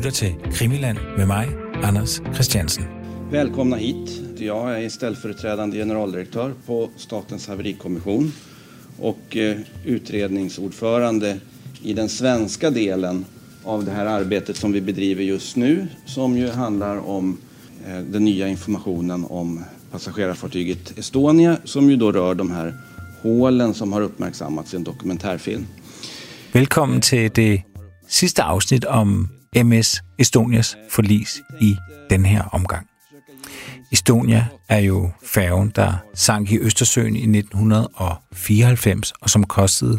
lytter til Krimiland med mig, Anders Christiansen. Välkomna hit. Jag är ställföreträdande generaldirektör på Statens haverikommission och utredningsordförande i den svenska delen av det här arbetet som vi bedriver just nu, som ju handlar om den nya informationen om passagerarfartyget Estonia, som ju då rör de här hålen som har uppmärksammats i en dokumentärfilm. Velkommen til det sidste afsnit om MS Estonias forlis i den her omgang. Estonia er jo færgen, der sank i Østersøen i 1994, og som kostede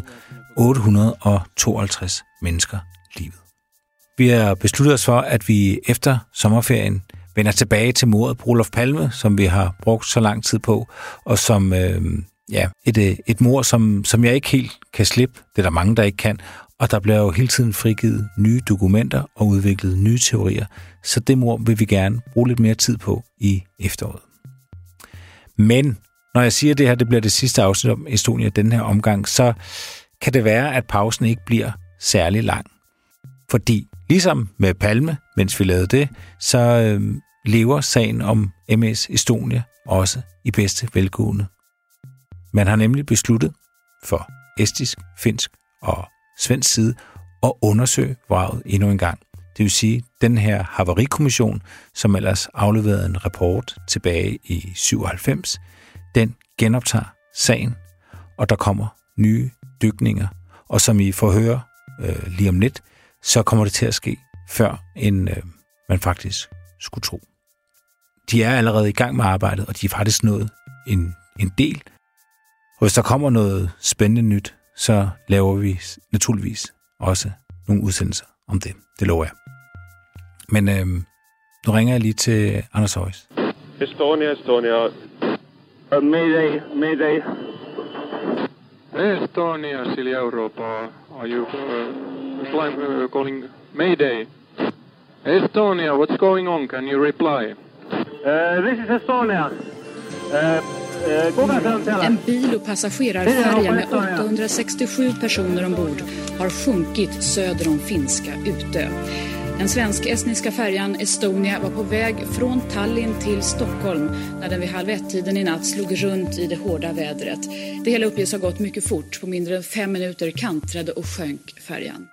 852 mennesker livet. Vi har besluttet os for, at vi efter sommerferien vender tilbage til mordet på Olof Palme, som vi har brugt så lang tid på, og som et mord, som jeg ikke helt kan slippe. Det er der mange, der ikke kan. Og der bliver jo hele tiden frigivet nye dokumenter og udviklet nye teorier. Så det mord vil vi gerne bruge lidt mere tid på i efteråret. Men når jeg siger det her, det bliver det sidste afsnit om Estonia den her omgang, så kan det være, at pausen ikke bliver særlig lang. Fordi ligesom med Palme, mens vi lavede det, så lever sagen om MS Estonia også i bedste velgående. Man har nemlig besluttet for estisk, finsk og svensk side at undersøge vraget endnu en gang. Det vil sige, den her haverikommission, som ellers afleverede en rapport tilbage i 97, den genoptager sagen, og der kommer nye dykninger. Og som I får høre lige om lidt, så kommer det til at ske før, end man faktisk skulle tro. De er allerede i gang med arbejdet, og de er faktisk nået en del. Og hvis der kommer noget spændende nyt, så laver vi naturligvis også nogle udsendelser om det. Det lover jeg. Men nu ringer jeg lige til Anders Højs. Estonia. Mayday. Estonia, Silja Europa. Are you calling Mayday? Estonia, what's going on? Can you reply? This is Estonia. En bil- och passagerarfärja med 867 personer ombord har sjunkit söder om finska Utö. Den svensk-estniska färjan Estonia var på väg från Tallinn till Stockholm när den vid 12:30 i natt slog runt i det hårda vädret. Det hela uppges ha gått mycket fort. På mindre än 5 minuter kantrade och sjönk färjan.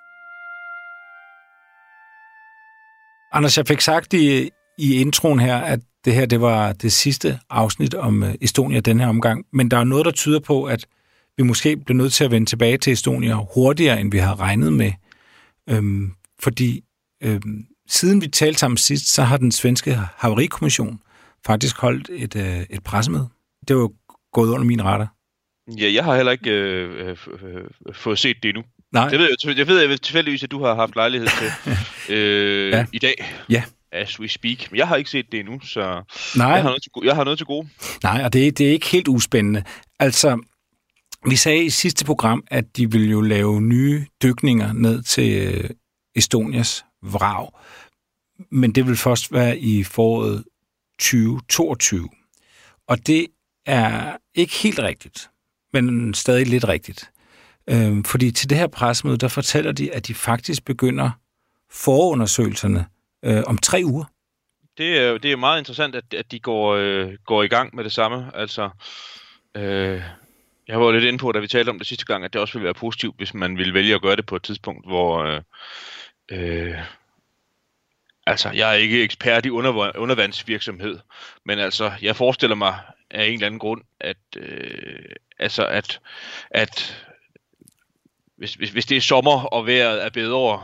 Anders, jeg fik sagt i introen her, at det her, det var det sidste afsnit om Estonia den her omgang. Men der er noget, der tyder på, at vi måske bliver nødt til at vende tilbage til Estonia hurtigere, end vi har regnet med. Fordi siden vi talte sammen sidst, så har den svenske haverikommission faktisk holdt et pressemøde. Det var jo gået under min radar. Ja, jeg har heller ikke fået set det endnu. Nej. Det ved jeg tilfældigvis, at du har haft lejlighed til ja. I dag. Ja. As we speak. Men jeg har ikke set det endnu, så nej. Jeg har noget til gode. Nej, og det er ikke helt uspændende. Altså, vi sagde i sidste program, at de ville jo lave nye dykninger ned til Estonias vrag. Men det vil først være i foråret 2022. Og det er ikke helt rigtigt, men stadig lidt rigtigt. Fordi til det her pressemøde, der fortæller de, at de faktisk begynder forundersøgelserne om 3 uger. Det er meget interessant, at de går i gang med det samme. Altså, jeg var lidt inde på, da vi talte om det sidste gang, at det også ville være positivt, hvis man ville vælge at gøre det på et tidspunkt, hvor altså, jeg er ikke ekspert i undervandsvirksomhed, men altså, jeg forestiller mig af en eller anden grund, at hvis det er sommer, og vejret er bedre,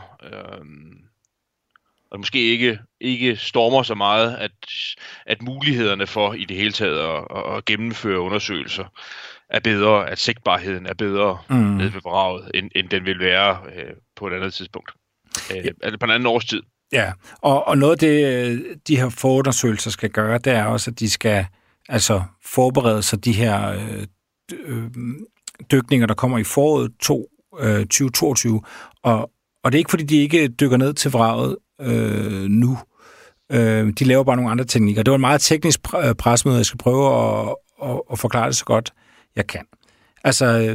og måske ikke stormer så meget, at mulighederne for i det hele taget at gennemføre undersøgelser er bedre, at sigtbarheden er bedre nede ved vraget, end den vil være på et andet tidspunkt. Altså på en anden årstid. Ja, og noget af det, de her forundersøgelser skal gøre, det er også, at de skal altså forberede sig de her dykninger, der kommer i foråret 2022, og det er ikke, fordi de ikke dykker ned til vraget nu. De laver bare nogle andre teknikker. Det var en meget teknisk pressemøde, jeg skal prøve at forklare det så godt, jeg kan. Altså,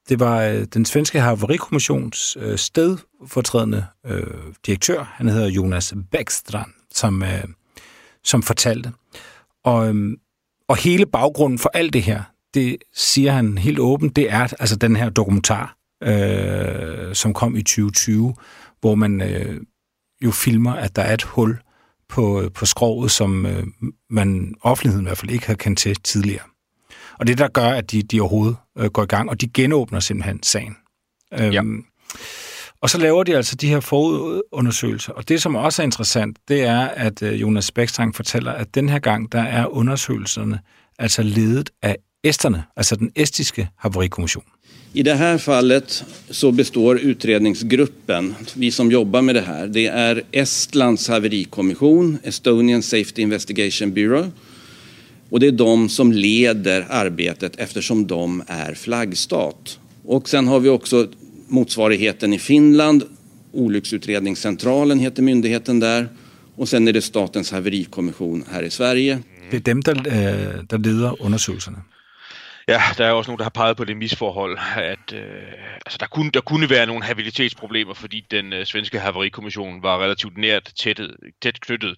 Det var den svenske havarikommissions stedfortrædende direktør, han hedder Jonas Bäckstrand, som fortalte. Og hele baggrunden for alt det her, det siger han helt åbent, det er altså den her dokumentar, som kom i 2020, hvor man jo filmer, at der er et hul på skroget, som man offentligheden i hvert fald ikke har kendt til tidligere. Og det, der gør, at de overhovedet går i gang, og de genåbner simpelthen sagen. Og så laver de altså de her forudundersøgelser. Og det, som også er interessant, det er, at Jonas Bäckstrand fortæller, at den her gang, der er undersøgelserne altså ledet af esterne, altså den estiske havarikommission. I det här fallet så består utredningsgruppen, vi som jobbar med det här, det är Estlands haverikommission, Estonian Safety Investigation Bureau, och det är de som leder arbetet eftersom de är flaggstat. Och sen har vi också motsvarigheten i Finland, Olycksutredningscentralen heter myndigheten där, och sen är det Statens haverikommission här i Sverige. Det er dem, der leder undersøgelserne. Ja, der er også nogen, der har peget på det misforhold, at altså der kunne være nogle habilitetsproblemer, fordi den svenske havarikommission var relativt tæt knyttet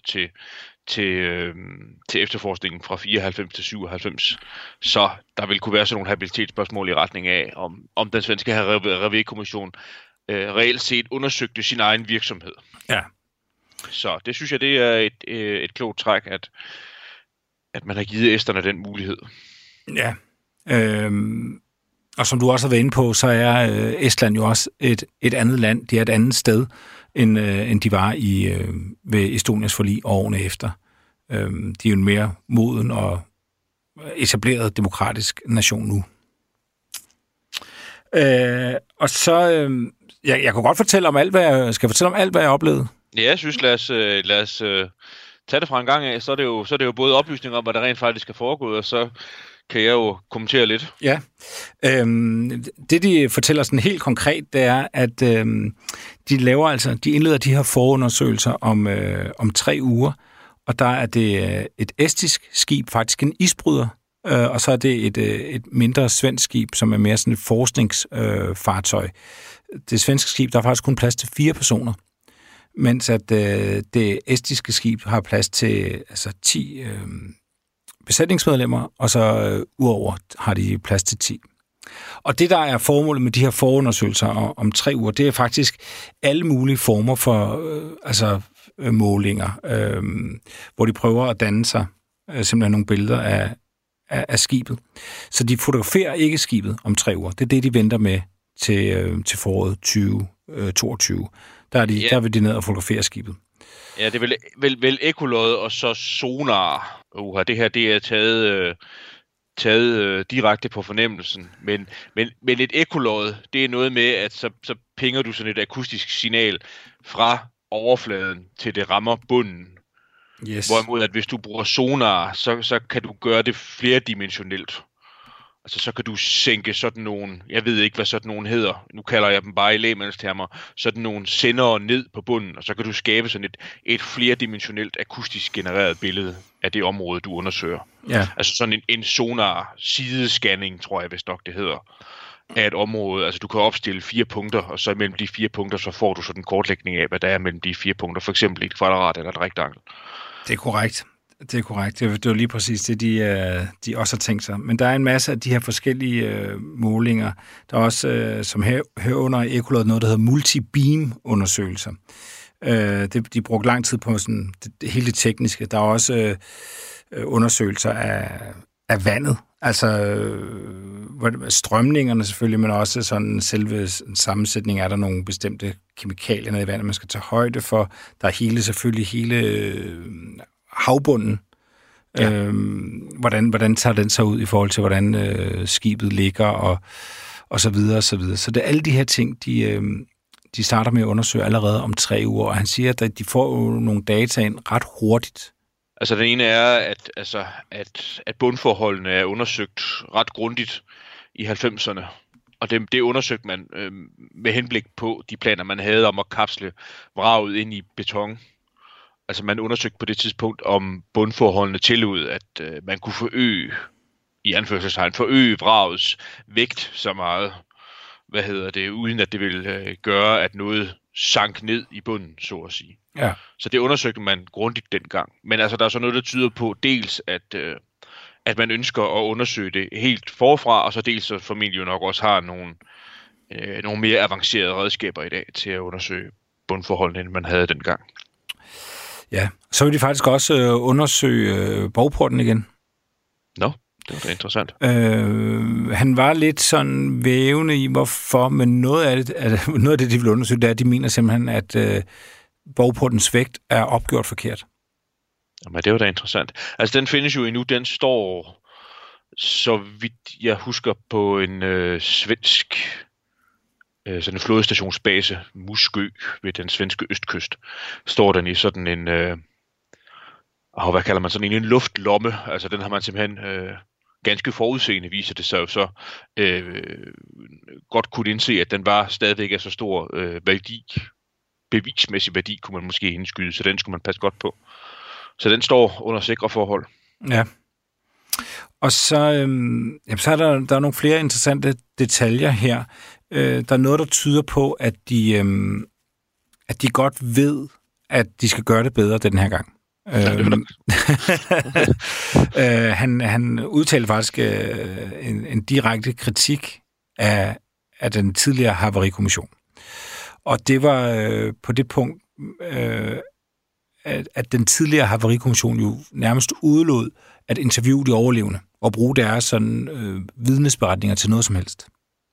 til efterforskningen fra 94 til 97. Så der vil kunne være sådan nogle habilitetsspørgsmål i retning af, om den svenske havarikommission reelt set undersøgte sin egen virksomhed. Ja. Så det synes jeg, det er et klogt træk, at man har givet esterne den mulighed. Ja. Og som du også har været inde på, så er Estland jo også et andet land. De er et andet sted, end de var ved Estonias forlig årene efter. De er jo en mere moden og etableret demokratisk nation nu. Og så... jeg kunne godt fortælle om alt, hvad jeg oplevede. Ja, jeg synes, lad os tage det fra en gang af. Så er det jo både oplysninger om, hvad der rent faktisk er foregået, og så kan jeg jo kommentere lidt. Ja. Det, de fortæller sådan helt konkret, det er, at de indleder de her forundersøgelser om 3 uger, og der er det et estisk skib, faktisk en isbryder, og så er det et mindre svensk skib, som er mere sådan et forskningsfartøj. Det svenske skib, der er faktisk kun plads til 4 personer, mens at det estiske skib har plads til 10 besætningsmedlemmer, og så udover har de plads til 10. Og det, der er formålet med de her forundersøgelser om 3 uger, det er faktisk alle mulige former for målinger, hvor de prøver at danne sig simpelthen nogle billeder af skibet. Så de fotograferer ikke skibet om 3 uger. Det er det, de venter med til foråret 2022. Der vil de ned og fotografere skibet. Ja, det er vel ekkolod og så sonar. Det her, det er taget direkte på fornemmelsen. Men et ekkolod, det er noget med, at så pinger du sådan et akustisk signal fra overfladen til det rammer bunden. Yes. Hvorimod, at hvis du bruger sonar, så kan du gøre det flerdimensionelt. Altså, så kan du sænke sådan nogle, jeg ved ikke, hvad sådan nogle hedder, nu kalder jeg dem bare i lægmandstermer, sådan nogle sendere ned på bunden, og så kan du skabe sådan et flerdimensionelt akustisk genereret billede af det område, du undersøger. Ja. Altså sådan en sonar sidescanning, tror jeg vist nok det hedder, af et område. Altså, du kan opstille 4 punkter, og så mellem de 4 punkter, så får du sådan en kortlægning af, hvad der er mellem de 4 punkter, for eksempel et kvadrat eller et rektangel. Det er korrekt. Det er korrekt. Det er lige præcis det, de også har tænkt sig. Men der er en masse af de her forskellige målinger. Der er også, som herunder i ekkolod, noget, der hedder multibeam-undersøgelser. De brugte lang tid på sådan hele det tekniske. Der er også undersøgelser af vandet. Altså strømningerne selvfølgelig, men også sådan selve sammensætning. Er der nogle bestemte kemikalier nede i vandet, man skal tage højde for? Der er selvfølgelig hele havbunden. Ja. Hvordan tager den så ud i forhold til, hvordan skibet ligger og så videre og så videre. Så det er alle de her ting, de starter med at undersøge allerede om 3 uger, og han siger, at de får nogle data ind ret hurtigt. Altså den ene er, at bundforholdene er undersøgt ret grundigt i 90'erne. Og det undersøgte man med henblik på de planer, man havde om at kapsle vraget ind i beton. Altså man undersøgte på det tidspunkt, om bundforholdene tillod, at man kunne forøge vragets vægt så meget. uden at det ville gøre, at noget sank ned i bunden, så at sige. Ja. Så det undersøgte man grundigt dengang. Men altså, der er så noget, der tyder på dels, at man ønsker at undersøge det helt forfra, og så dels at familien jo nok også har nogle mere avancerede redskaber i dag til at undersøge bundforholdene, end man havde dengang. Ja, så vil de faktisk også undersøge borgporten igen. Nå, det var da interessant. Han var lidt sådan vævende i, hvorfor, men noget af det, de vil undersøge, det er, at de mener simpelthen, at borgportens vægt er opgjort forkert. Jamen, det var da interessant. Altså, den findes jo endnu. Den står, så vidt jeg husker, på en svensk sådan en flådestationsbase, Muskö, ved den svenske østkyst. Står den i sådan en, hvad kalder man sådan en luftlomme. Altså, den har man simpelthen ganske forudseende, viser det sig jo så, godt kunne indse, at den var stadigvæk af så stor værdi. Bevismæssig værdi kunne man måske indskyde, så den skulle man passe godt på. Så den står under sikre forhold. Ja. Og så er der er nogle flere interessante detaljer her. Der er noget, der tyder på, at de godt ved, at de skal gøre det bedre den her gang. Han udtalte faktisk en direkte kritik af den tidligere havarikommission. Og det var på det punkt, at den tidligere havarikommission jo nærmest udelod at interviewe de overlevende og bruge deres sådan vidnesberetninger til noget som helst.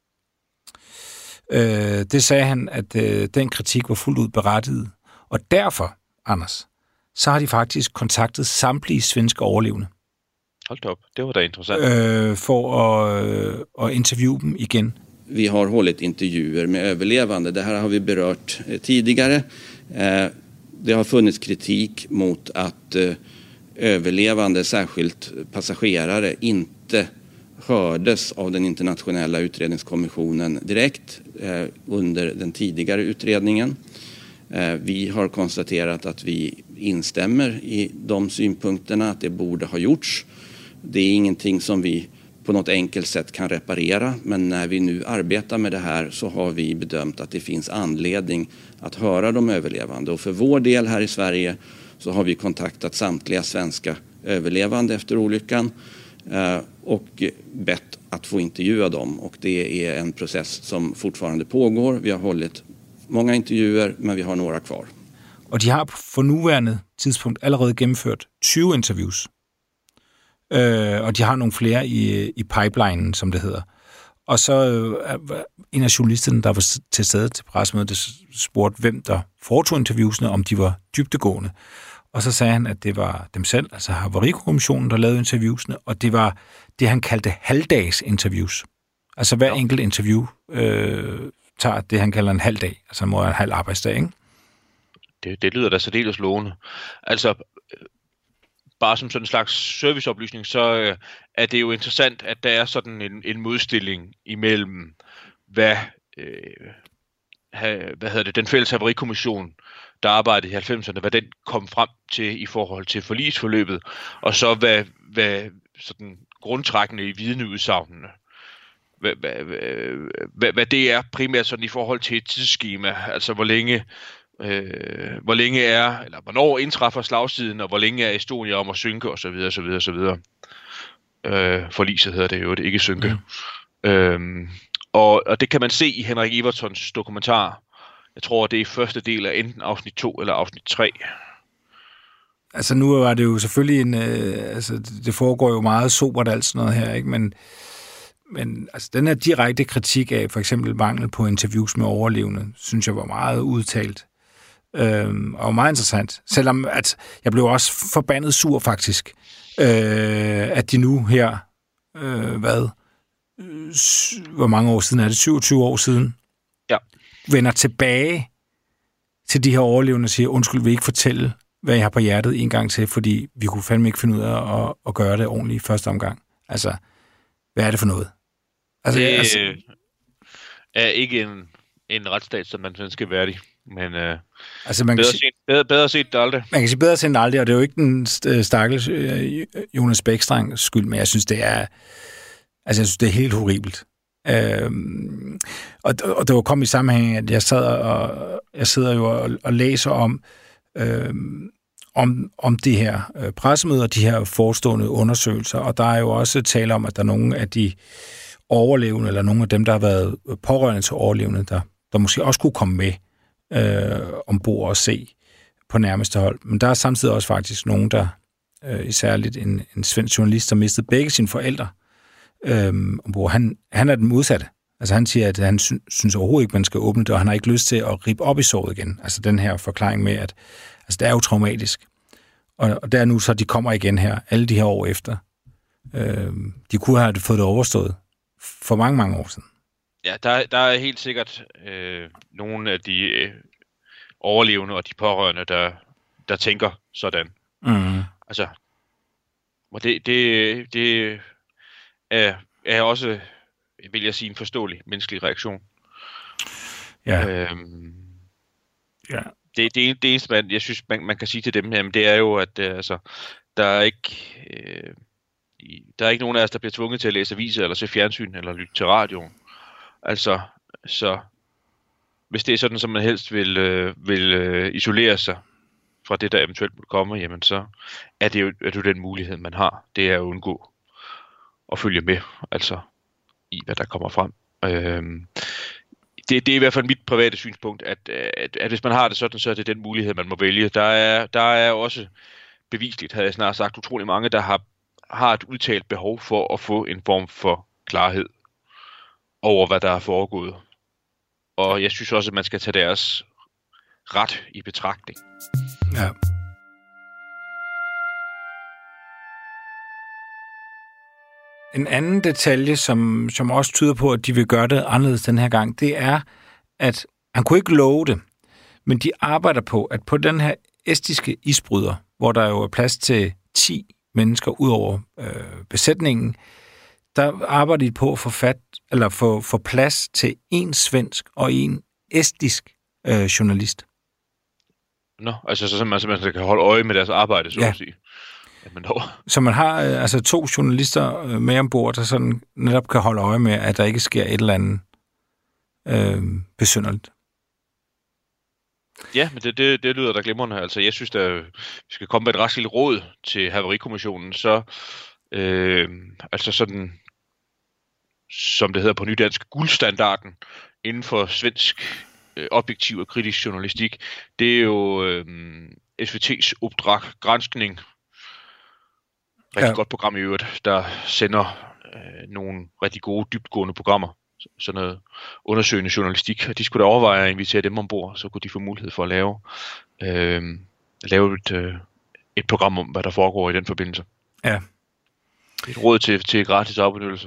Det sagde han, at den kritik var fuldt ud berettiget. Og derfor, Anders, så har de faktisk kontaktet samtlige svenske overlevende. Hold da op, det var da interessant. For at interviewe dem igen. Vi har hållit intervjuer med överlevande. Det här har vi berört tidigare. Det har funnits kritik mot att överlevande, särskilt passagerare, inte hördes av den internationella utredningskommissionen direkt under den tidigare utredningen. Vi har konstaterat att vi instämmer i de synpunkterna, att det borde ha gjorts. Det är ingenting som vi på något enkelt sätt kan reparera, men när vi nu arbetar med det här så har vi bedömt att det finns anledning att höra de överlevande. Och för vår del här i Sverige så har vi kontaktat samtliga svenska överlevande efter olyckan och bett att få intervjua dem. Och det är en process som fortfarande pågår. Vi har hållit många intervjuer, men vi har några kvar. Og de har på nuværende tidspunkt allerede gennemført 20 interviews. Og de har nogle flere i pipelinen, som det hedder. Og så en af journalisterne, der var til stede til pressemødet, spurgte, hvem der foretog interviewsene, om de var dybdegående. Og så sagde han, at det var dem selv, altså Havarikommissionen, der lavede interviewsene, og det var det, han kaldte halvdags interviews. Altså hver enkelt interview tager det, han kalder en halv dag, altså må en halv arbejdsdag, ikke? Det lyder da særdeles lovende. Altså, bare som sådan en slags serviceoplysning, så er det jo interessant, at der er sådan en modstilling imellem, hvad den fælles havarikommission, der arbejdede i 90'erne, hvad den kom frem til i forhold til forligsforløbet, og så hvad sådan grundtrækkende i vidneudsagnene, hvad det er primært sådan i forhold til et tidsskema, altså hvor længe er, eller hvornår indtræffer slagsiden, og hvor længe er Estonia om at synke, og så videre, så videre, så videre. Forliset hedder det jo, det ikke synke. Og det kan man se i Henrik Evertons dokumentar. Jeg tror, det er første del af enten afsnit 2 eller afsnit 3. Altså nu var det jo selvfølgelig det foregår jo meget sobert alt sådan noget her, ikke? Men altså, den her direkte kritik af for eksempel mangel på interviews med overlevende, synes jeg var meget udtalt. Og meget interessant. Selvom at jeg blev også forbandet sur faktisk, at de nu her, hvor mange år siden er det? 27 år siden? Ja. Vender tilbage til de her overlevende og siger, undskyld, vil I ikke fortælle, hvad jeg har på hjertet en gang til, fordi vi kunne fandme ikke finde ud af at gøre det ordentligt i første omgang. Altså, hvad er det for noget? Altså, det er ikke en retsstat, som man skal være i. Men altså man bedre set end aldrig. Man kan sige bedre set end aldrig, og det er jo ikke den stakkels Jonas Bækstrand skyld, men jeg synes, det er helt horribelt. Og det var kommet i sammenhæng, at jeg sidder jo og læser om de her pressemøder, de her forestående undersøgelser, og der er jo også tale om, at der er nogle af de overlevende, eller nogle af dem, der har været pårørende til overlevende, der måske også kunne komme med ombord og se på nærmeste hold. Men der er samtidig også faktisk nogen, der særligt en svensk journalist, der mistede begge sine forældre ombord. Han er den modsatte. Altså han siger, at han synes overhovedet ikke, man skal åbne det, og han har ikke lyst til at rippe op i såret igen. Altså den her forklaring med, at altså, det er jo traumatisk. Og der er nu, så de kommer igen her, alle de her år efter. De kunne have fået det overstået for mange, mange år siden. Ja, der er helt sikkert nogle af de overlevende og de pårørende, der tænker sådan. Mm. Altså, og det er også, vil jeg sige, en forståelig menneskelig reaktion. Ja. Det eneste, jeg synes, man kan sige til dem her, det er jo, at der er ikke nogen af os, der bliver tvunget til at læse aviser, eller se fjernsyn, eller lytte til radioen. Altså, så hvis det er sådan, som man helst vil isolere sig fra det, der eventuelt må komme, jamen så er det jo den mulighed, man har. Det er at undgå at følge med, altså i hvad der kommer frem. Det er i hvert fald mit private synspunkt, at hvis man har det sådan, så er det den mulighed, man må vælge. Der er også bevisligt, havde jeg snart sagt, utrolig mange, der har et udtalt behov for at få en form for klarhed over, hvad der er foregået. Og jeg synes også, at man skal tage deres ret i betragtning. Ja. En anden detalje, som også tyder på, at de vil gøre det anderledes den her gang, det er, at han kunne ikke love det, men de arbejder på, at på den her estiske isbryder, hvor der jo er plads til 10 mennesker ud over besætningen, der arbejder de på at få plads til en svensk og en estisk journalist. Nå, altså så man simpelthen kan holde øje med deres arbejde, så at sige. Så man har 2 journalister med ombord, der sådan netop kan holde øje med, at der ikke sker et eller andet besynderligt. Ja, men det lyder da glimrende. Altså, jeg synes, at vi skal komme med et ret lille råd til Havarikommissionen, så altså sådan, som det hedder på nydansk, guldstandarden inden for svensk objektiv og kritisk journalistik, det er jo SVT's Opdrag Granskning. Rigtig godt program i øvrigt, der sender nogle rigtig gode, dybtgående programmer. Sådan noget undersøgende journalistik. Og de skulle da overveje at invitere dem ombord, så kunne de få mulighed for at lave et program om, hvad der foregår i den forbindelse. Ja. Et råd til gratis afbenyttelse.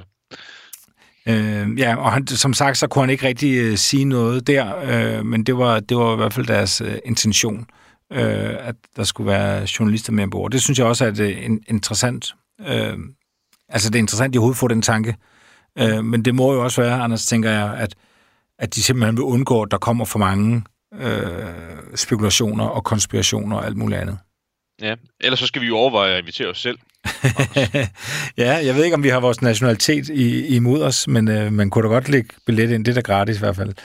Og han, som sagt, så kunne han ikke rigtig sige noget der, men det var i hvert fald deres intention, at der skulle være journalister med ombord. Det synes jeg også er interessant. Altså det er interessant i hovedet at få den tanke, men det må jo også være, Anders, tænker jeg, at de simpelthen vil undgå, at der kommer for mange spekulationer og konspirationer og alt muligt andet. Ja, ellers så skal vi jo overveje at invitere os selv. Ja, jeg ved ikke, om vi har vores nationalitet imod os, men man kunne da godt lægge billet ind. Det er da gratis i hvert fald.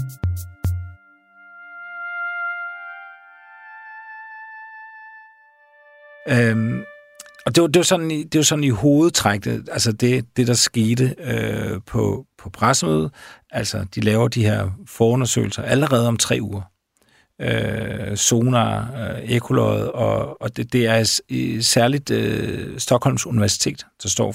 Og det var sådan i hovedtrækket, altså det der skete på pressemødet. Altså, de laver de her forundersøgelser allerede om 3 uger. Sonar, Ekolod, og det er særligt Stockholms Universitet, der står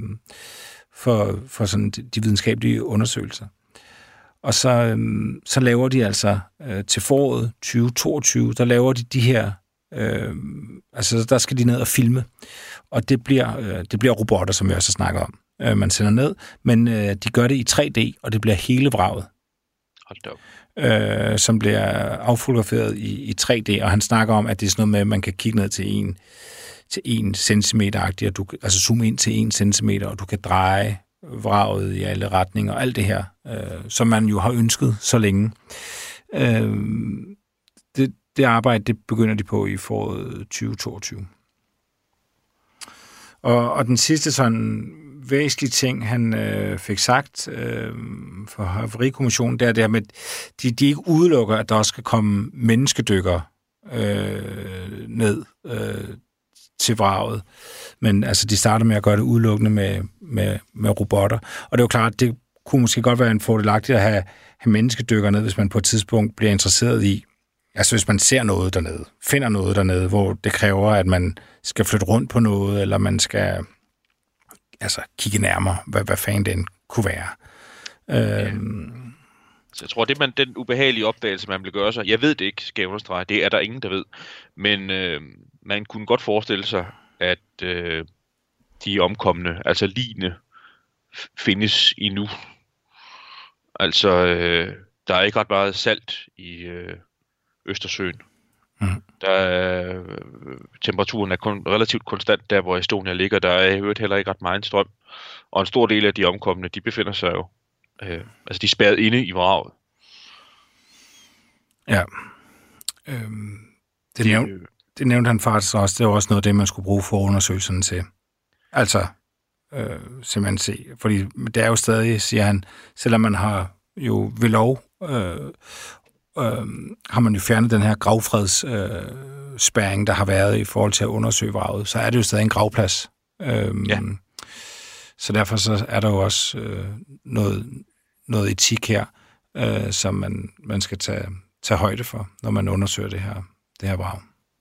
for sådan de videnskabelige undersøgelser. Og så laver de altså til foråret 2022, der laver de her, altså der skal de ned og filme, og det bliver robotter, som vi også snakker om. Man sender ned, men de gør det i 3D, og det bliver hele vraget. Hold da op. Som bliver affotograferet i 3D, og han snakker om, at det er sådan noget med, at man kan kigge ned til 1 centimeter-agtigt, og du kan altså zoome ind til 1 centimeter, og du kan dreje vraget i alle retninger, og alt det her, som man jo har ønsket så længe. Det arbejde, det begynder de på i foråret 2022. Og den sidste sådan væsentlige ting, han fik sagt for Havarikommissionen, det er det her med, de ikke udelukker, at der også skal komme menneskedykkere ned til vraget. Men altså, de starter med at gøre det udelukkende med robotter. Og det er jo klart, det kunne måske godt være en fordelagtigt at have menneskedykkere ned, hvis man på et tidspunkt bliver interesseret i, altså hvis man ser noget dernede, finder noget dernede, hvor det kræver, at man skal flytte rundt på noget, eller man skal kigge nærmere, hvad fanden den kunne være. Så jeg tror, den ubehagelige opdagelse, man vil gøre sig, jeg ved det ikke, skal jeg understrege, det er der ingen, der ved, men man kunne godt forestille sig, at de omkomne, altså ligene, findes endnu. Altså, der er ikke ret meget salt i Østersøen. Temperaturen er relativt konstant der, hvor Estonia ligger. Der er i øvrigt heller ikke ret meget strøm. Og en stor del af de omkomne, de befinder sig jo, altså de er spærret inde i vraget. Ja. Det nævnte han faktisk også. Det var også noget af det, man skulle bruge for undersøgelserne til. Altså, simpelthen se. Fordi det er jo stadig, siger han, selvom man har jo ved lov, har man jo fjernet den her gravfredsspærring, der har været i forhold til at undersøge vraget, så er det jo stadig en gravplads. Så derfor så er der jo også noget etik her, som man skal tage højde for, når man undersøger det her vrag.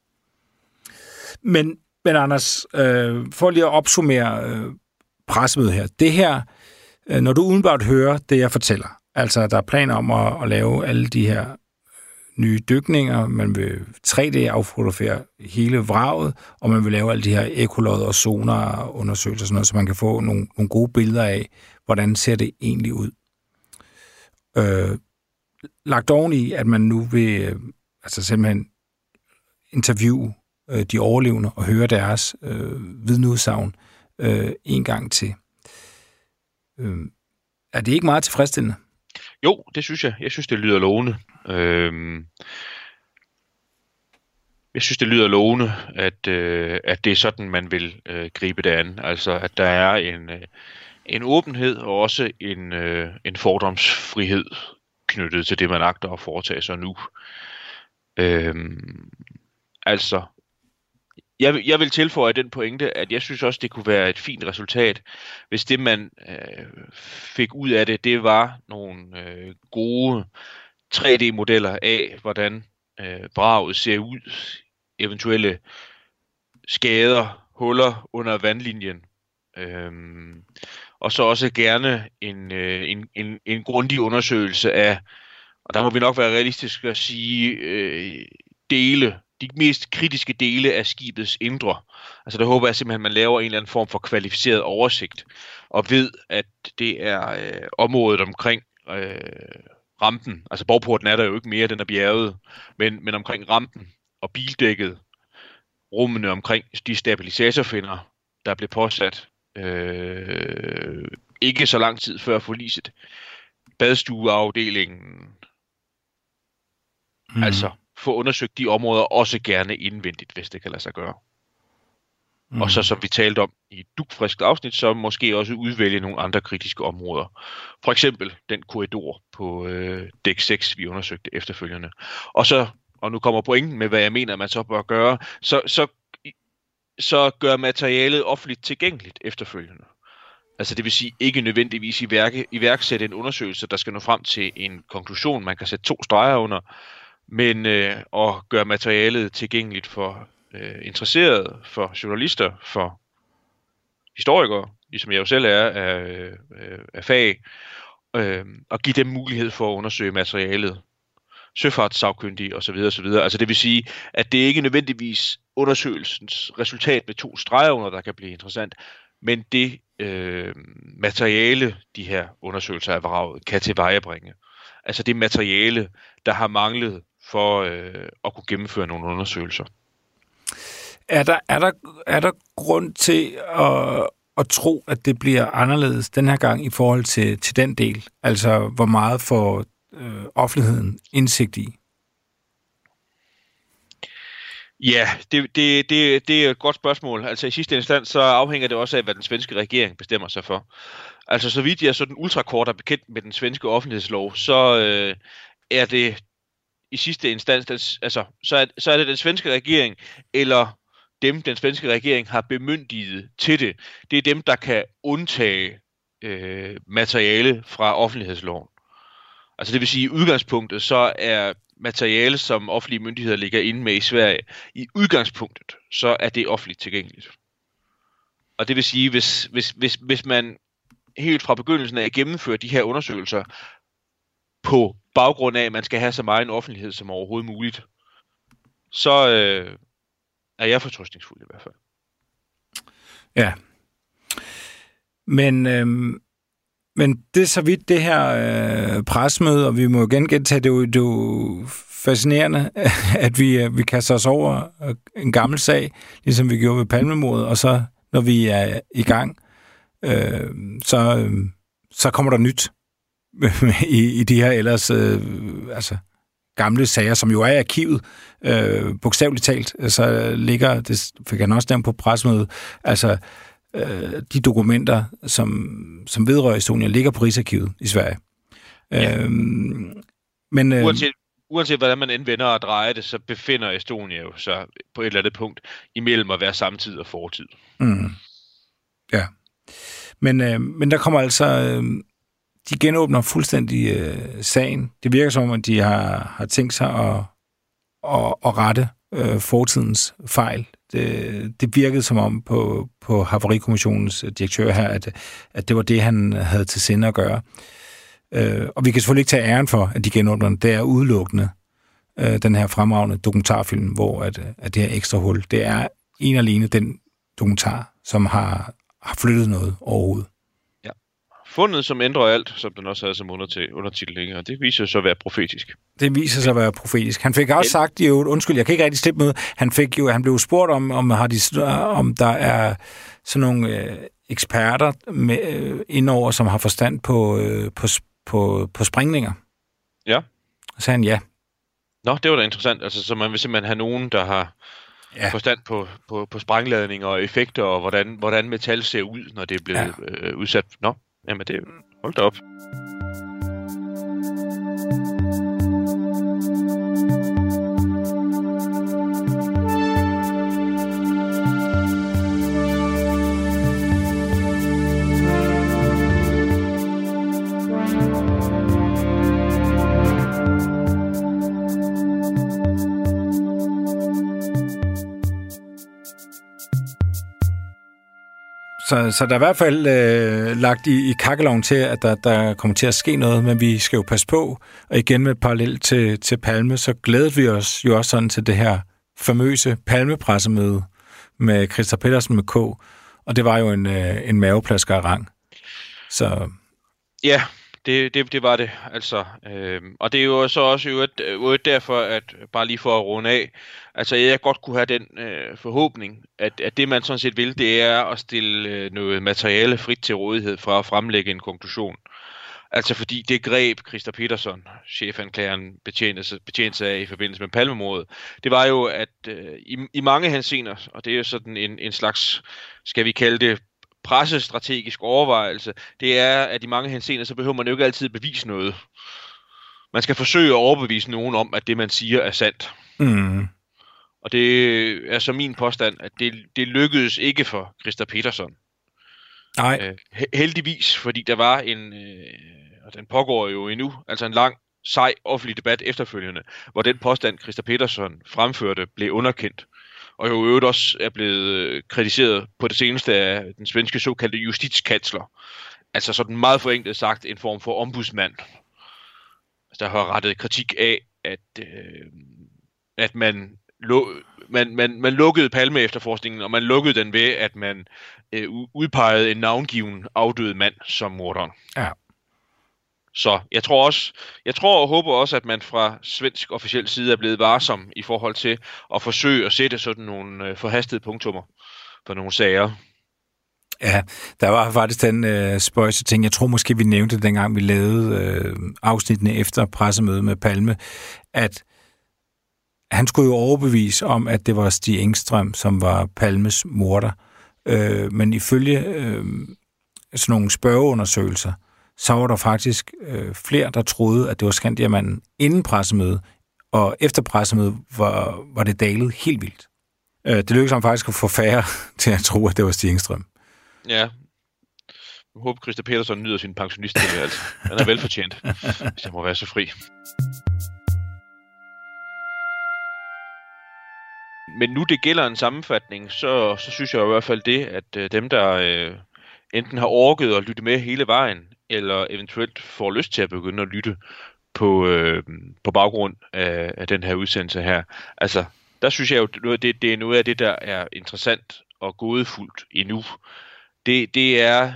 Men Anders, for lige at opsummere pressemødet her. Det her, når du udenbart hører det, jeg fortæller, altså der er planer om at lave alle de her nye dykninger, man vil 3D-affotografere hele vraget, og man vil lave alle de her ekkolod og sonar-undersøgelser, sådan noget, så man kan få nogle gode billeder af, hvordan ser det egentlig ud. Lagt oven i, at man nu vil simpelthen interviewe de overlevende og høre deres vidneudsagn en gang til. Er det ikke meget tilfredsstillende? Jo, det synes jeg. Jeg synes, det lyder lovende. Jeg synes, det lyder lovende, at det er sådan, man vil gribe det an. Altså, at der er en åbenhed og også en fordomsfrihed knyttet til det, man agter at foretage sig nu. Altså, jeg vil tilføje den pointe, at jeg synes også, det kunne være et fint resultat, hvis det, man fik ud af det var nogle gode 3D-modeller af, hvordan vraget ser ud, eventuelle skader, huller under vandlinjen, og så også gerne en grundig undersøgelse af, og der må vi nok være realistiske at sige, de mest kritiske dele af skibets indre. Altså der håber jeg simpelthen, at man laver en eller anden form for kvalificeret oversigt, og ved, at det er området omkring rampen, altså bovporten er der jo ikke mere, den er bjerget, men omkring rampen og bildækket, rummene omkring de stabilisatorfinner, der blev påsat ikke så lang tid før forliset, badstueafdelingen, altså få undersøgt de områder, også gerne indvendigt, hvis det kan lade sig gøre. Og så, som vi talte om i et dugfriskt afsnit, så måske også udvælge nogle andre kritiske områder. For eksempel den korridor på dæk 6, vi undersøgte efterfølgende. Og nu kommer pointen med, hvad jeg mener, man så bør gøre, så gør materialet offentligt tilgængeligt efterfølgende. Altså det vil sige ikke nødvendigvis iværksætte en undersøgelse, der skal nå frem til en konklusion, man kan sætte 2 streger under, men at gøre materialet tilgængeligt for interesserede, for journalister, for historikere, ligesom jeg jo selv er af fag, og give dem mulighed for at undersøge materialet, søfartssagkyndige osv. osv. Altså det vil sige, at det ikke nødvendigvis undersøgelsens resultat med 2 streger under, der kan blive interessant, men det materiale, de her undersøgelser af vraget kan tilvejebringe. Altså det materiale, der har manglet for at kunne gennemføre nogle undersøgelser. Er der grund til at tro, at det bliver anderledes den her gang i forhold til den del? Altså hvor meget får offentligheden indsigt i? Ja, det er et godt spørgsmål. Altså i sidste instans, så afhænger det også af, hvad den svenske regering bestemmer sig for. Altså så vidt jeg sådan ultrakort er bekendt med den svenske offentlighedslov, så er det i sidste instans, altså så er det den svenske regering, eller dem, den svenske regering har bemyndiget til det. Det er dem, der kan undtage materiale fra offentlighedsloven. Altså det vil sige, i udgangspunktet, så er materiale, som offentlige myndigheder ligger inde med i Sverige, i udgangspunktet, så er det offentligt tilgængeligt. Og det vil sige, hvis man helt fra begyndelsen af gennemfører de her undersøgelser på baggrund af, at man skal have så meget en offentlighed som overhovedet muligt, så er jeg fortrøstningsfuld i hvert fald. Ja. Men det er så vidt det her pressemøde, og vi må igen gentage, det er jo fascinerende, at vi kaster os over en gammel sag, ligesom vi gjorde ved Palmemordet, og så når vi er i gang, så kommer der nyt i de her ellers gamle sager, som jo er i arkivet, bogstaveligt talt, så ligger, det fik han også nævnt på pressemødet, altså de dokumenter, som vedrører Estonia, ligger på Rigsarkivet i Sverige. Ja. Men uanset hvordan man indvender og drejer det, så befinder Estonia jo sig på et eller andet punkt imellem at være samtid og fortid. Mm. Ja. Men der kommer altså... de genåbner fuldstændig sagen. Det virker som, at de har tænkt sig at rette fortidens fejl. Det virkede som om på Havarikommissionens direktør her, at det var det, han havde til sinde at gøre. Og vi kan selvfølgelig ikke tage æren for, at de genåbner den. Det er udelukkende den her fremragende dokumentarfilm, hvor at det her ekstra hul, det er en alene den dokumentar, som har flyttet noget overhovedet. Ja. Fundet, som ændrer alt, som den også havde som undertitel, ikke? Og det viser sig at være profetisk. Det viser sig at være profetisk. Han fik også sagt, undskyld, jeg kan ikke rigtig slippe med, han blev spurgt om der er sådan nogle eksperter indover, som har forstand på sprængninger. Ja. Så sagde han ja. Nå, det var da interessant. Altså, så man vil simpelthen have nogen, der har forstand på sprængladninger og effekter, og hvordan metal ser ud, når det er blevet udsat. Nå, jamen det hold da op. Så der er i hvert fald lagt i kakkeloven til, at der kommer til at ske noget, men vi skal jo passe på. Og igen med parallel til Palme, så glædede vi os jo også sådan til det her famøse Palme-pressemøde med Christa Pedersen med K. Og det var jo en maveplasker af rang. Så... Ja, det var det. Altså, og det er jo så også jo derfor, at bare lige for at runde af, altså jeg godt kunne have den forhåbning, at det man sådan set vil, det er at stille noget materiale frit til rådighed fra at fremlægge en konklusion. Altså fordi det greb Christa Pedersen, chefanklageren, betjente sig af i forbindelse med Palmemordet, det var jo, at i mange henseender, og det er jo sådan en slags, skal vi kalde det, pressestrategisk overvejelse, det er, at i mange henseender, så behøver man jo ikke altid bevise noget. Man skal forsøge at overbevise nogen om, at det, man siger, er sandt. Mm. Og det er så min påstand, at det lykkedes ikke for Christa Pedersen. Nej. Heldigvis, fordi der var og den pågår jo endnu, altså en lang, sej offentlig debat efterfølgende, hvor den påstand, Christa Pedersen fremførte, blev underkendt. Og jo øvrigt også er blevet kritiseret på det seneste af den svenske såkaldte justitskansler. Altså sådan meget forenklet sagt en form for ombudsmand. Altså, der har rettet kritik af, at man lukkede Palme efterforskningen, og man lukkede den ved, at man udpegede en navngiven afdød mand som morderen. Ja. Så jeg tror og håber også, at man fra svensk officiel side er blevet varsom i forhold til at forsøge at sætte sådan nogle forhastede punktummer for nogle sager. Ja, der var faktisk den spøjse ting. Jeg tror måske, vi nævnte det, dengang vi lavede afsnittene efter pressemødet med Palme, at han skulle jo overbevise om, at det var Stig Engström, som var Palmes morder. Men ifølge sådan nogle spørgeundersøgelser, så var der faktisk flere, der troede, at det var Skandiamanden inden pressemødet, og efter pressemødet var det dalet helt vildt. Det lykkedes ham faktisk at få færre til at tro, at det var Stig Engström. Ja. Jeg håber, Christer Petersen nyder sin pensionisttilværelse. Han er velfortjent, hvis jeg må være så fri. Men nu det gælder en sammenfatning, så synes jeg i hvert fald det, at dem, der enten har orket at lytte med hele vejen, eller eventuelt får lyst til at begynde at lytte på baggrund af den her udsendelse her. Altså, der synes jeg jo, det er noget af det, der er interessant og gådefuldt endnu. Det er,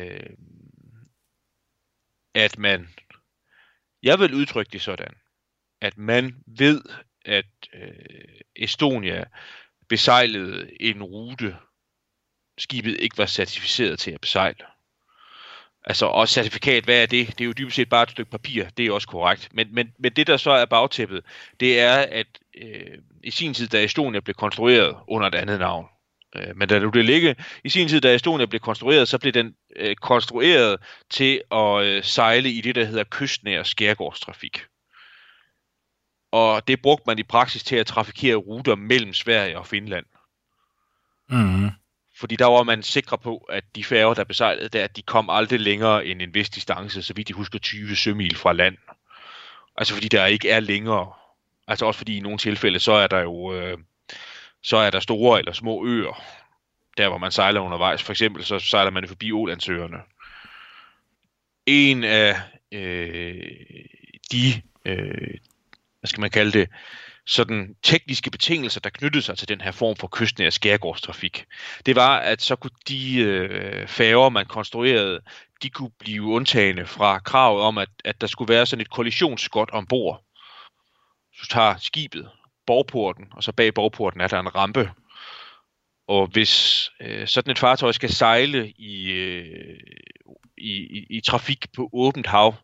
at jeg vil udtrykke det sådan, at man ved, at Estonia besejlede en rute, skibet ikke var certificeret til at besejle. Altså, og certifikat, hvad er det? Det er jo dybest set bare et stykke papir, det er også korrekt. Men det, der så er bagtæppet, det er, at i sin tid, da Estonia blev konstrueret under et andet navn, men da det blev ligge, i sin tid, da Estonia blev konstrueret, så blev den konstrueret til at sejle i det, der hedder kystnær skærgårdstrafik. Og det brugte man i praksis til at trafikere ruter mellem Sverige og Finland. Mm. Fordi der var man sikre på, at de færger, der besejlede der, de kom aldrig længere end en vis distance, så vidt de husker 20 sømil fra land. Altså fordi der ikke er længere. Altså også fordi i nogle tilfælde, så er der jo så er der store eller små øer, der hvor man sejler undervejs. For eksempel så sejler man forbi Ålandsøerne. En af de hvad skal man kalde det, sådan tekniske betingelser, der knyttede sig til den her form for kystnær skærgårdstrafik, det var, at så kunne de færger, man konstruerede, de kunne blive undtagne fra kravet om, at der skulle være sådan et kollisionsskot ombord. Så tager skibet borgporten, og så bag borgporten er der en rampe. Og hvis sådan et fartøj skal sejle i trafik på åbent hav,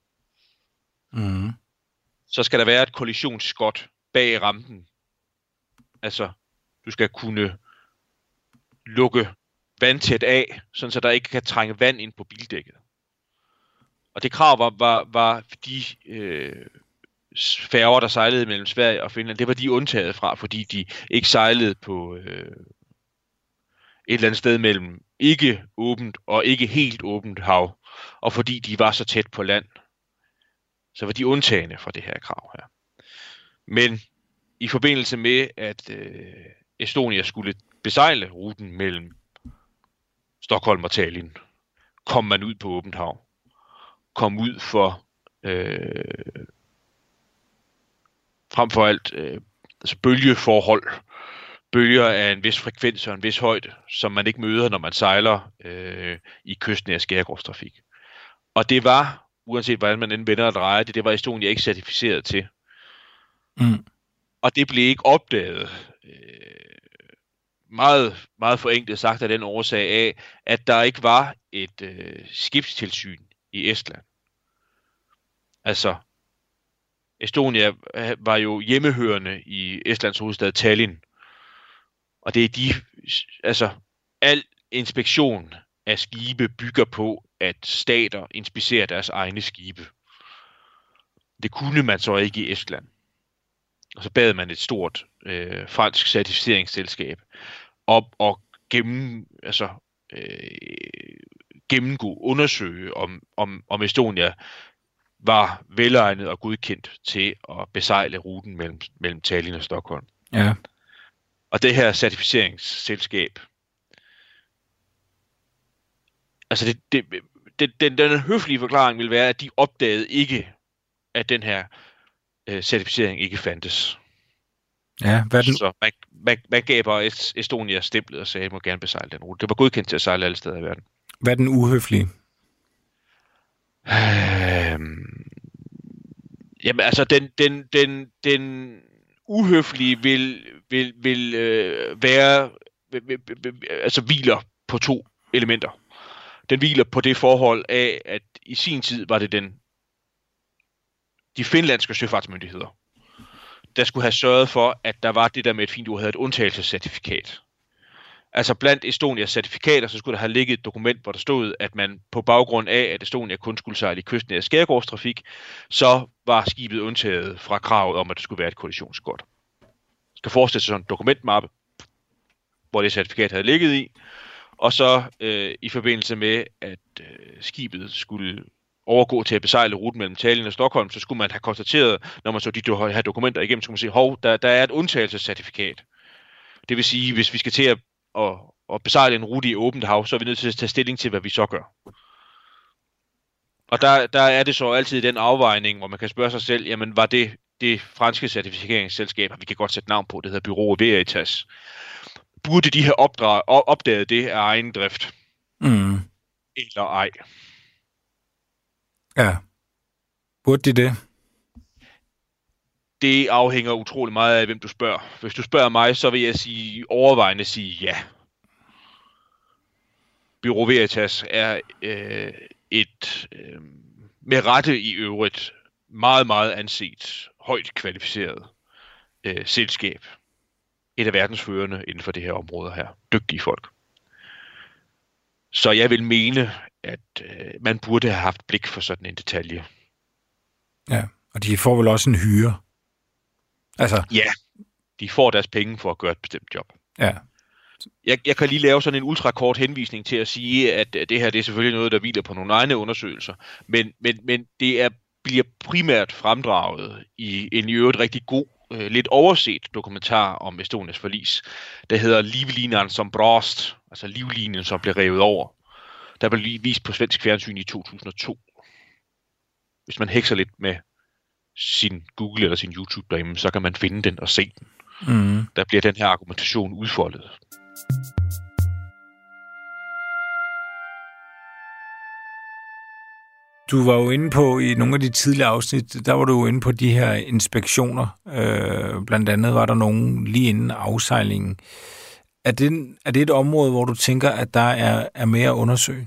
så skal der være et kollisionsskot bag rampen. Altså, du skal kunne lukke vandtæt af, sådan så der ikke kan trænge vand ind på bildækket. Og det krav var de færger, der sejlede mellem Sverige og Finland, det var de undtaget fra, fordi de ikke sejlede på et eller andet sted mellem ikke åbent og ikke helt åbent hav, og fordi de var så tæt på land, så var de undtagne fra det her krav her. Men i forbindelse med, at Estonia skulle besejle ruten mellem Stockholm og Tallinn, kom man ud på åbent hav. Kom ud for frem for alt altså bølgeforhold. Bølger af en vis frekvens og en vis højde, som man ikke møder, når man sejler i kystnær skærgårdstrafik. Og det var, uanset hvordan man end vender og drejer det, var Estonia ikke certificeret til. Mm. Og det blev ikke opdaget, meget, meget forenklet sagt af den årsag af, at der ikke var et skibstilsyn i Estland. Altså, Estonia var jo hjemmehørende i Estlands hovedstad Tallinn. Og det er altså, al inspektion af skibe bygger på, at stater inspicerer deres egne skibe. Det kunne man så ikke i Estland. Og så bad man et stort fransk certificeringsselskab op og gennemgå, undersøge, om Estonia var velegnet og godkendt til at besejle ruten mellem Tallinn og Stockholm. Ja. Og det her certificeringsselskab, altså den høflige forklaring vil være, at de opdagede ikke, at den her certificering ikke fandtes. Ja, hvad den... Så man gav bare Estonia stemplet og sagde, at må gerne besejle den rute. Det var godkendt til at sejle alle steder i verden. Hvad er den uhøflige? Jamen altså, den uhøflige vil være, altså hviler på to elementer. Den hviler på det forhold af, at i sin tid var det de finlandske søfartsmyndigheder, der skulle have sørget for, at der var det der med et fint ord, hedder et undtagelsescertifikat. Altså blandt Estonias certifikater, så skulle der have ligget et dokument, hvor der stod, at man på baggrund af, at Estonia kun skulle sejle i kystnær skærgårdstrafik, så var skibet undtaget fra kravet om, at det skulle være et kollisionsskot. Man skal forestille sig sådan en dokumentmappe, hvor det certifikat havde ligget i, og så i forbindelse med, at skibet skulle overgå til at besejle ruten mellem Tallinn og Stockholm, så skulle man have konstateret, når man så de her dokumenter igennem, så skulle man sige, hov, der er et undtagelsescertifikat. Det vil sige, hvis vi skal til at besejle en rute i åbent hav, så er vi nødt til at tage stilling til, hvad vi så gør. Og der er det så altid den afvejning, hvor man kan spørge sig selv, jamen var det franske certificeringsselskab, vi kan godt sætte navn på, det hedder Bureau Veritas, burde de have opdaget det af egen drift? Eller ej? Ja. Burde de det? Det afhænger utrolig meget af, hvem du spørger. Hvis du spørger mig, så vil jeg overvejende sige ja. Bureau Veritas er med rette i øvrigt meget, meget anset, højt kvalificeret selskab. Et af verdensførende inden for det her område her. Dygtige folk. Så jeg vil mene, at man burde have haft blik for sådan en detalje. Ja, og de får vel også en hyre? Altså... Ja, de får deres penge for at gøre et bestemt job. Ja. Jeg kan lige lave sådan en ultrakort henvisning til at sige, at det her det er selvfølgelig noget, der hviler på nogle egne undersøgelser, men det bliver primært fremdraget i en i øvrigt rigtig god, lidt overset dokumentar om Estonias forlis, der hedder Livlinan som brast, altså livlinjen, som blev revet over. Der blev lige vist på svensk fjernsyn i 2002. Hvis man hekser lidt med sin Google eller sin YouTube derhjemme, så kan man finde den og se den. Der bliver den her argumentation udfoldet. Du var jo inde på, i nogle af de tidligere afsnit, der var du jo inde på de her inspektioner. Blandt andet var der nogen lige inden afsejlingen. Er det et område, hvor du tænker, at der er mere at undersøge?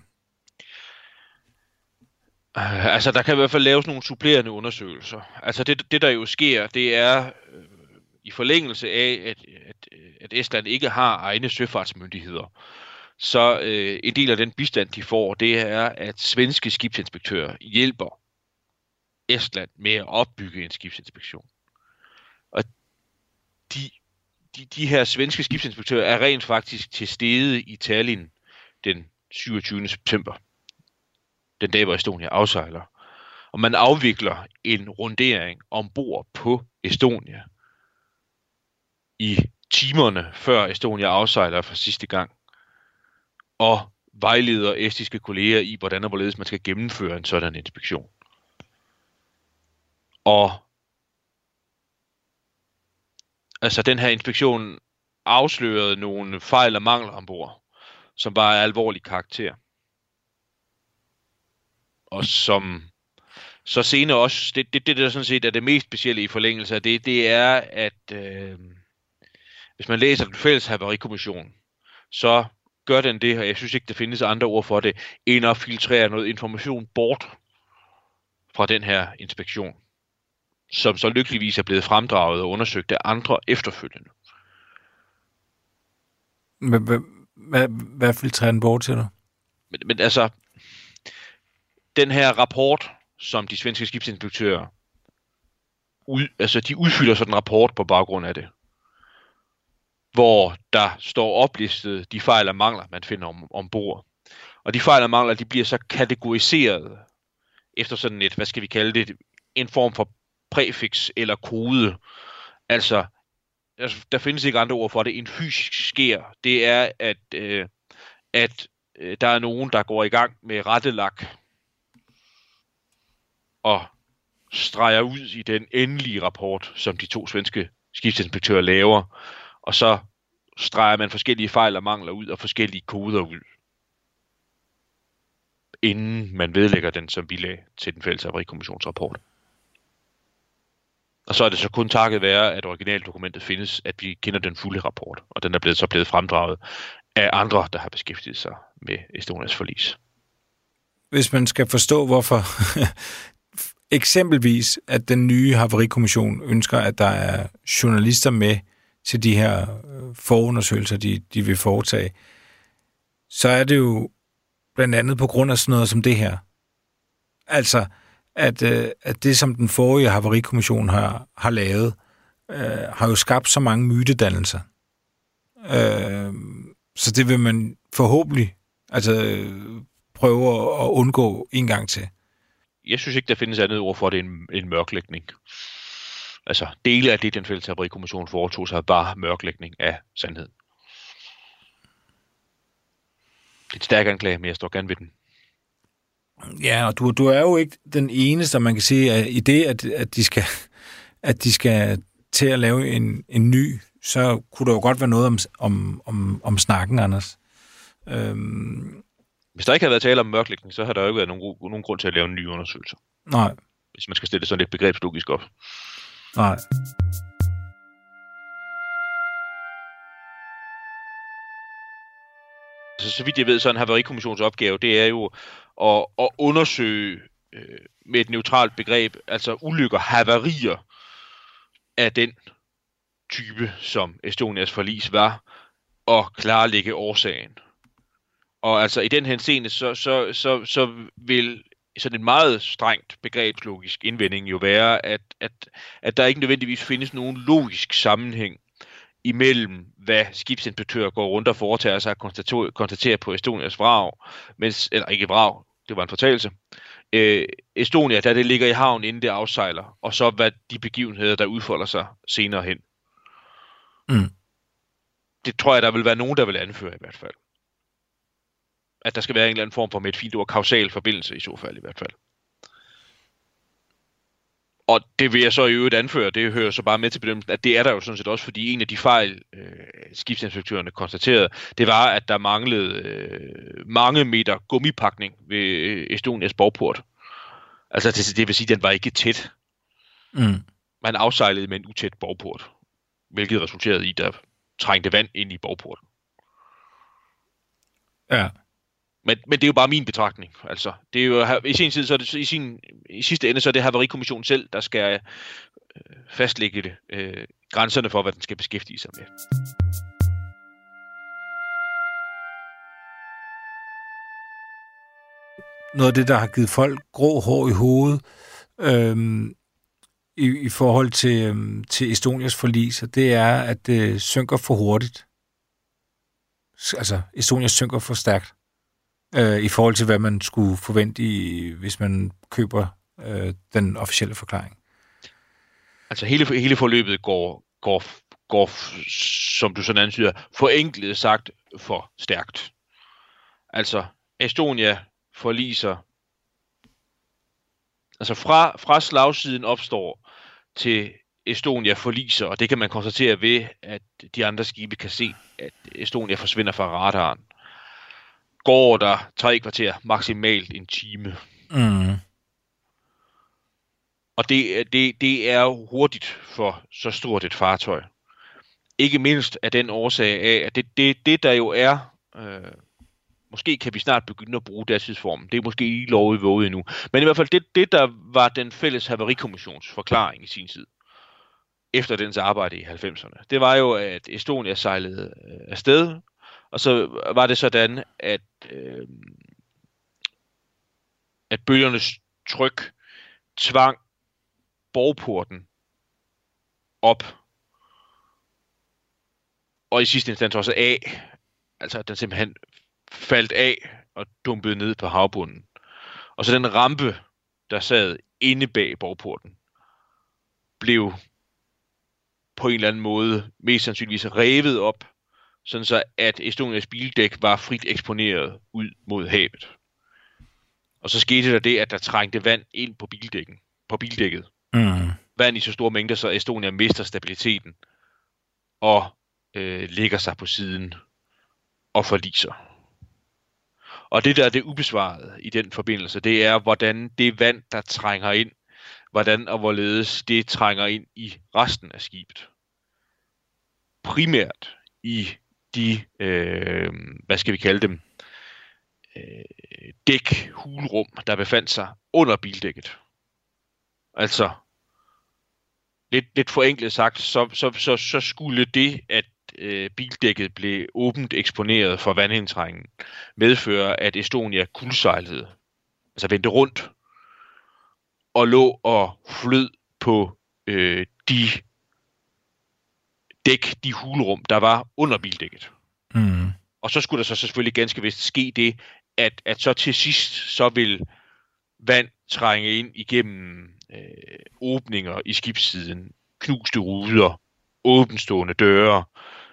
Altså, der kan i hvert fald laves nogle supplerende undersøgelser. Altså, det der jo sker, det er i forlængelse af, at Estland ikke har egne søfartsmyndigheder. Så en del af den bistand, de får, det er, at svenske skibsinspektører hjælper Estland med at opbygge en skibsinspektion. Og de her svenske skibsinspektører er rent faktisk til stede i Tallinn den 27. september. Den dag, hvor Estonia afsejler. Og man afvikler en rundering ombord på Estonia i timerne før Estonia afsejler for sidste gang. Og vejleder estiske kolleger i, hvordan og hvorledes man skal gennemføre en sådan inspektion. Og altså den her inspektion afslørede nogle fejl og mangler ombord, som var af alvorlig karakter. Og som så senere også, det der sådan set er det mest specielle i forlængelse af det er, at hvis man læser den fælles havarikommission, så gør den det, og jeg synes ikke, der findes andre ord for det, end at filtrere noget information bort fra den her inspektion, som så lykkeligvis er blevet fremdraget og undersøgt af andre efterfølgende. Hvad filtrerer den bort til dig? Men altså, den her rapport, som de svenske skibsinspektører de udfylder sådan en rapport på baggrund af det, hvor der står oplistet de fejl og mangler, man finder ombord. Og de fejl og mangler, de bliver så kategoriseret efter sådan et, hvad skal vi kalde det, en form for præfix eller kode. Altså, der findes ikke andre ord for det. En fysisk sker, det er, at der er nogen, der går i gang med rettelak og streger ud i den endelige rapport, som de to svenske skibsinspektører laver, og så streger man forskellige fejl og mangler ud og forskellige koder ud, inden man vedlægger den som bilag til den fælles havarikommissionsrapport. Og så er det så kun takket være, at originaldokumentet findes, at vi kender den fulde rapport, og den er så blevet fremdraget af andre, der har beskæftiget sig med Estonias forlis. Hvis man skal forstå, hvorfor eksempelvis, at den nye havarikommission ønsker, at der er journalister med til de her forundersøgelser, de vil foretage, så er det jo blandt andet på grund af sådan noget som det her. Altså, at det, som den forrige havarikommission har lavet, har jo skabt så mange mytedannelser. Så det vil man forhåbentlig prøve at undgå en gang til. Jeg synes ikke, der findes andet ord for, at det er en mørklægning. Altså, dele af det, den fælles havarikommission foretog sig, bare mørklægning af sandheden. Det er et stærk anklage, men jeg står gerne ved den. Ja, og du er jo ikke den eneste, man kan sige, at i det, at de skal til at lave en ny, så kunne der jo godt være noget om snakken, Anders. Hvis der ikke havde været tale om mørklægning, så har der jo ikke været nogen grund til at lave en ny undersøgelse. Nej. Hvis man skal stille sådan lidt begrebslogisk op. Nej. Så vidt jeg ved, så en havarikommissions opgave, det er jo at undersøge med et neutralt begreb, altså ulykker, havarier af den type, som Estonias forlis var, og klarlægge årsagen. Og altså i den henseende, så vil sådan en meget strengt begrebslogisk indvending jo være, at der ikke nødvendigvis findes nogen logisk sammenhæng imellem, hvad skibsinspektører går rundt og foretager sig og konstaterer på Estonias vrag, eller ikke vrag, det var en fortalelse. Estonia, da det ligger i havn, inden det afsejler, og så hvad de begivenheder, der udfolder sig senere hen. Mm. Det tror jeg, der vil være nogen, der vil anføre i hvert fald. At der skal være en eller anden form for, med et fint ord, kausal forbindelse i så fald i hvert fald. Og det vil jeg så i øvrigt anføre, det hører så bare med til bedømmelsen, at det er der jo sådan set også, fordi en af de fejl, skibsinspektørerne konstaterede, det var, at der manglede mange meter gummipakning ved Estonias bovport. Altså det vil sige, at den var ikke tæt. Mm. Man afsejlede med en utæt bovport, hvilket resulterede i, at der trængte vand ind i bovporten. Ja. Men det er jo bare min betragtning. Altså, det er jo i sin tid, så er det i sidste ende, så er det havarikommissionen selv, der skal fastlægge det, grænserne for, hvad den skal beskæftige sig med. Noget af det, der har givet folk grå hår i hovedet i forhold til Estonias forlis, det er, at det synker for hurtigt. Altså, Estonia synker for stærkt. I forhold til, hvad man skulle forvente, hvis man køber den officielle forklaring. Altså hele forløbet går som du sådan antyder, forenklet sagt for stærkt. Altså Estonia forliser, altså fra slagsiden opstår til Estonia forliser, og det kan man konstatere ved, at de andre skibe kan se, at Estonia forsvinder fra radaren. Går der 3 kvarter, maksimalt en time. Mm. Og det er hurtigt for så stort et fartøj. Ikke mindst af den årsag af, at det der jo er, måske kan vi snart begynde at bruge datidsformen. Det er måske ikke lovet våget endnu. Men i hvert fald det der var den fælles havarikommissions forklaring i sin tid, efter dens arbejde i 90'erne. Det var jo, at Estonia sejlede afsted, og så var det sådan, at bølgernes tryk tvang bovporten op, og i sidste instans også af, altså at den simpelthen faldt af og dumpede ned på havbunden. Og så den rampe, der sad inde bag bovporten, blev på en eller anden måde mest sandsynligvis revet op, sådan så at Estonias bildæk var frit eksponeret ud mod havet. Og så skete der det, at der trængte vand ind på bildækket. Mm. Vand i så store mængder, så Estonia mister stabiliteten og lægger sig på siden og forliser. Og det der er det ubesvarede i den forbindelse, det er, hvordan det vand, der trænger ind, hvordan og hvorledes det trænger ind i resten af skibet. Primært i de, hvad skal vi kalde dem, dækhulrum, der befandt sig under bildækket. Altså, lidt forenklet sagt, så skulle det, at bildækket blev åbent eksponeret for vandindtrængen, medføre, at Estonia kuldsejlede, altså vendte rundt, og lå og flød på de dæk, de hulrum, der var under bildækket. Mm. Og så skulle der så selvfølgelig ganske vist ske det, at så til sidst, så vil vand trænge ind igennem åbninger i skibssiden, knuste ruder, åbenstående døre,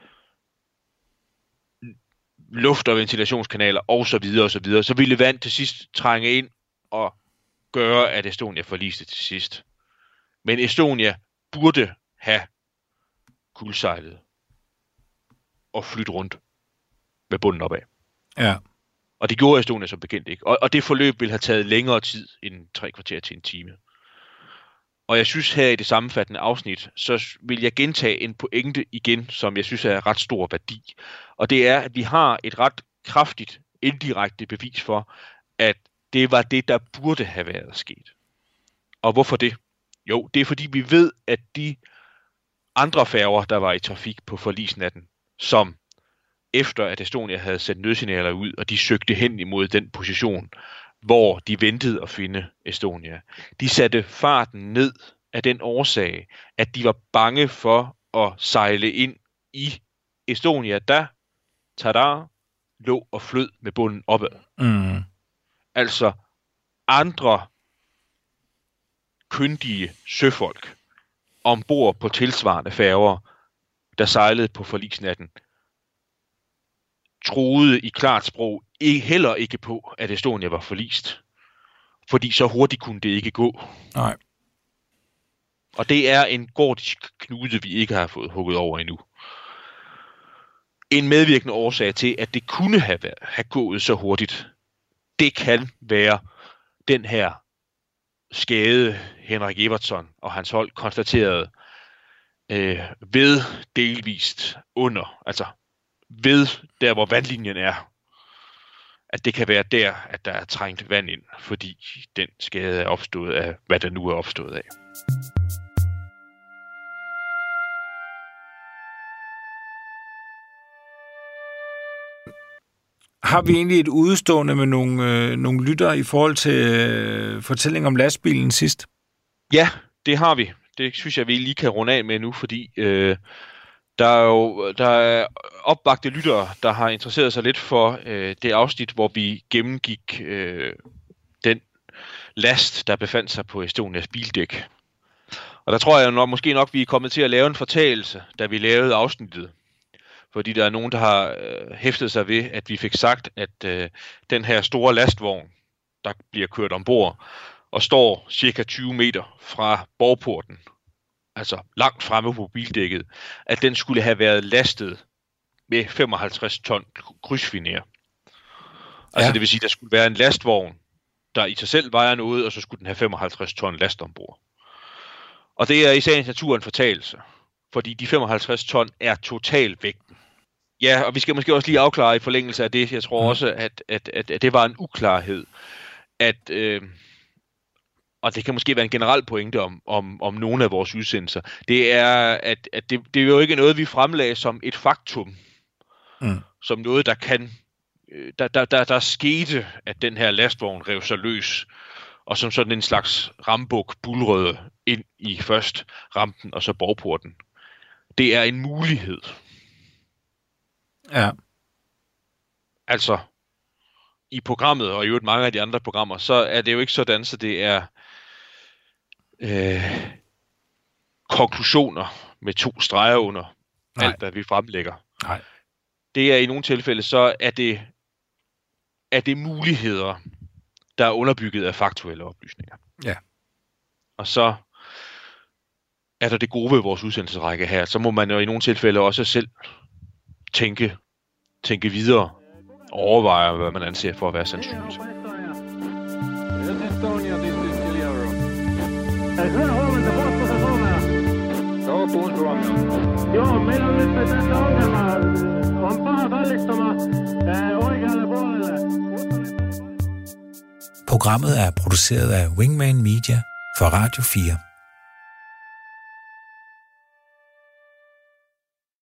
luft- og ventilationskanaler osv. osv. Så ville vand til sidst trænge ind og gøre, at Estonia forliste til sidst. Men Estonia burde have kuldsejlet og flyttet rundt med bunden opad. Ja. Og det gjorde Estonia som bekendt ikke. Og det forløb ville have taget længere tid end 3 kvarter til en time. Og jeg synes her i det sammenfattende afsnit, så vil jeg gentage en pointe igen, som jeg synes er ret stor værdi. Og det er, at vi har et ret kraftigt indirekte bevis for, at det var det, der burde have været sket. Og hvorfor det? Jo, det er fordi vi ved, at de andre færger, der var i trafik på forlisnatten, som efter at Estonia havde sendt nødsignaler ud, og de søgte hen imod den position, hvor de ventede at finde Estonia. De satte farten ned af den årsag, at de var bange for at sejle ind i Estonia, der lå og flød med bunden opad. Mm. Altså andre kyndige søfolk ombord på tilsvarende færger, der sejlede på forlisnatten, troede i klart sprog heller ikke på, at Estonia var forlist. Fordi så hurtigt kunne det ikke gå. Nej. Og det er en gordisk knude, vi ikke har fået hugget over endnu. En medvirkende årsag til, at det kunne have gået så hurtigt, det kan være den her skade, Henrik Evertsson og hans hold konstaterede ved delvist under, altså ved der, hvor vandlinjen er, at det kan være der, at der er trængt vand ind, fordi den skade er opstået af, hvad der nu er opstået af. Har vi egentlig et udestående med nogle lyttere i forhold til fortælling om lastbilen sidst? Ja, det har vi. Det synes jeg, vi lige kan runde af med nu, fordi der er opvagte lyttere, der har interesseret sig lidt for det afsnit, hvor vi gennemgik den last, der befandt sig på Estonias bildæk. Og der tror jeg måske nok, vi er kommet til at lave en fortalelse, da vi lavede afsnittet. Fordi der er nogen, der har hæftet sig ved, at vi fik sagt, at den her store lastvogn, der bliver kørt ombord, og står cirka 20 meter fra borgporten, altså langt fremme på bildækket, at den skulle have været lastet med 55 ton krydsfiner. Altså det vil sige, at der skulle være en lastvogn, der i sig selv vejer noget, og så skulle den have 55 ton last ombord. Og det er i sagens natur en fortalelse, fordi de 55 ton er totalvægten. Ja, og vi skal måske også lige afklare i forlængelse af det. Jeg tror også, at det var en uklarhed, at og det kan måske være en generel pointe om nogle af vores udsendelser. Det er, at det er jo ikke noget, vi fremlagde som et faktum, som noget, der kan, der skete, at den her lastvogn rev sig løs, og som sådan en slags rambuk bulrøde ind i først rampen og så borgporten. Det er en mulighed. Ja. Altså, i programmet, og i øvrigt mange af de andre programmer, så er det jo ikke sådan, så det er konklusioner med 2 streger under alt, hvad vi fremlægger. Nej. Det er i nogle tilfælde, så er det muligheder, der er underbygget af faktuelle oplysninger. Ja. Og så er der det gode ved vores udsendelsesrække her, så må man jo i nogle tilfælde også selv tænke videre og overveje, hvad man anser for at være sandsynligt. Hyvää huomenta, puhutko sä suomea? Joo, puhun suomea. Joo, meillä on nyt tässä ongelma. On paha kallistuma oikealle puolelle. Programmet er produceret af Wingman Media for Radio 4.